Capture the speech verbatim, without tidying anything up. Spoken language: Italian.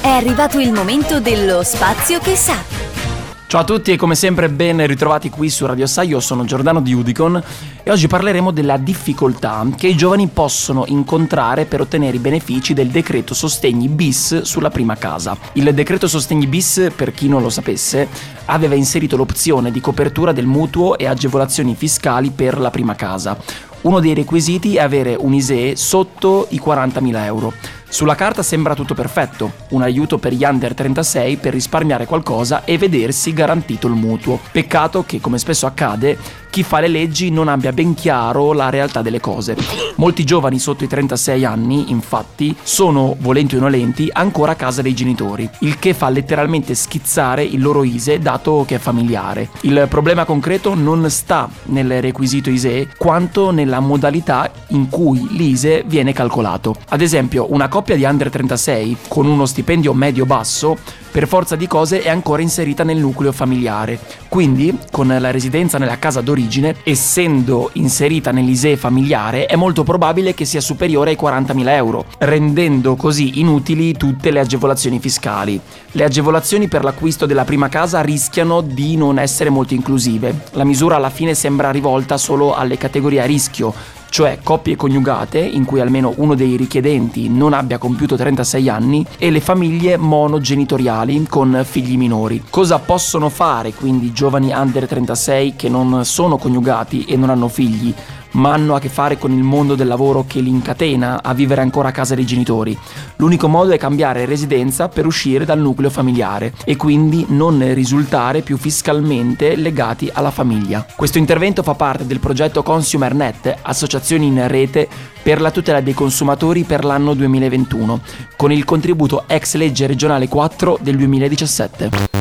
È arrivato il momento dello spazio che sa. Ciao a tutti e come sempre ben ritrovati qui su Radio Sai, io sono Giordano di Udicon e oggi parleremo della difficoltà che i giovani possono incontrare per ottenere i benefici del decreto sostegni bis sulla prima casa. Il decreto sostegni bis, per chi non lo sapesse, aveva inserito l'opzione di copertura del mutuo e agevolazioni fiscali per la prima casa. Uno dei requisiti è avere un I S E E sotto i quarantamila euro. Sulla carta sembra tutto perfetto, un aiuto per gli under trentasei per risparmiare qualcosa e vedersi garantito il mutuo. Peccato che, come spesso accade, chi fa le leggi non abbia ben chiaro la realtà delle cose. Molti giovani sotto i trentasei anni, infatti, sono, volenti o nolenti, ancora a casa dei genitori, il che fa letteralmente schizzare il loro I S E E dato che è familiare. Il problema concreto non sta nel requisito I S E E quanto nella modalità in cui l'I S E E viene calcolato. Ad esempio, una coppia di under trentasei con uno stipendio medio-basso per forza di cose è ancora inserita nel nucleo familiare, quindi con la residenza nella casa d'origine, essendo inserita nell'I S E E familiare, è molto probabile che sia superiore ai quarantamila euro, rendendo così inutili tutte le agevolazioni fiscali. Le agevolazioni per l'acquisto della prima casa rischiano di non essere molto inclusive. La misura alla fine sembra rivolta solo alle categorie a rischio, cioè coppie coniugate in cui almeno uno dei richiedenti non abbia compiuto trentasei anni e le famiglie monogenitoriali con figli minori. Cosa possono fare quindi i giovani under trentasei che non sono coniugati e non hanno figli, ma hanno a che fare con il mondo del lavoro che li incatena a vivere ancora a casa dei genitori? L'unico modo è cambiare residenza per uscire dal nucleo familiare e quindi non risultare più fiscalmente legati alla famiglia. Questo intervento fa parte del progetto ConsumerNet, associazioni in rete per la tutela dei consumatori per l'anno duemilaventuno, con il contributo ex legge regionale quattro del duemiladiciassette.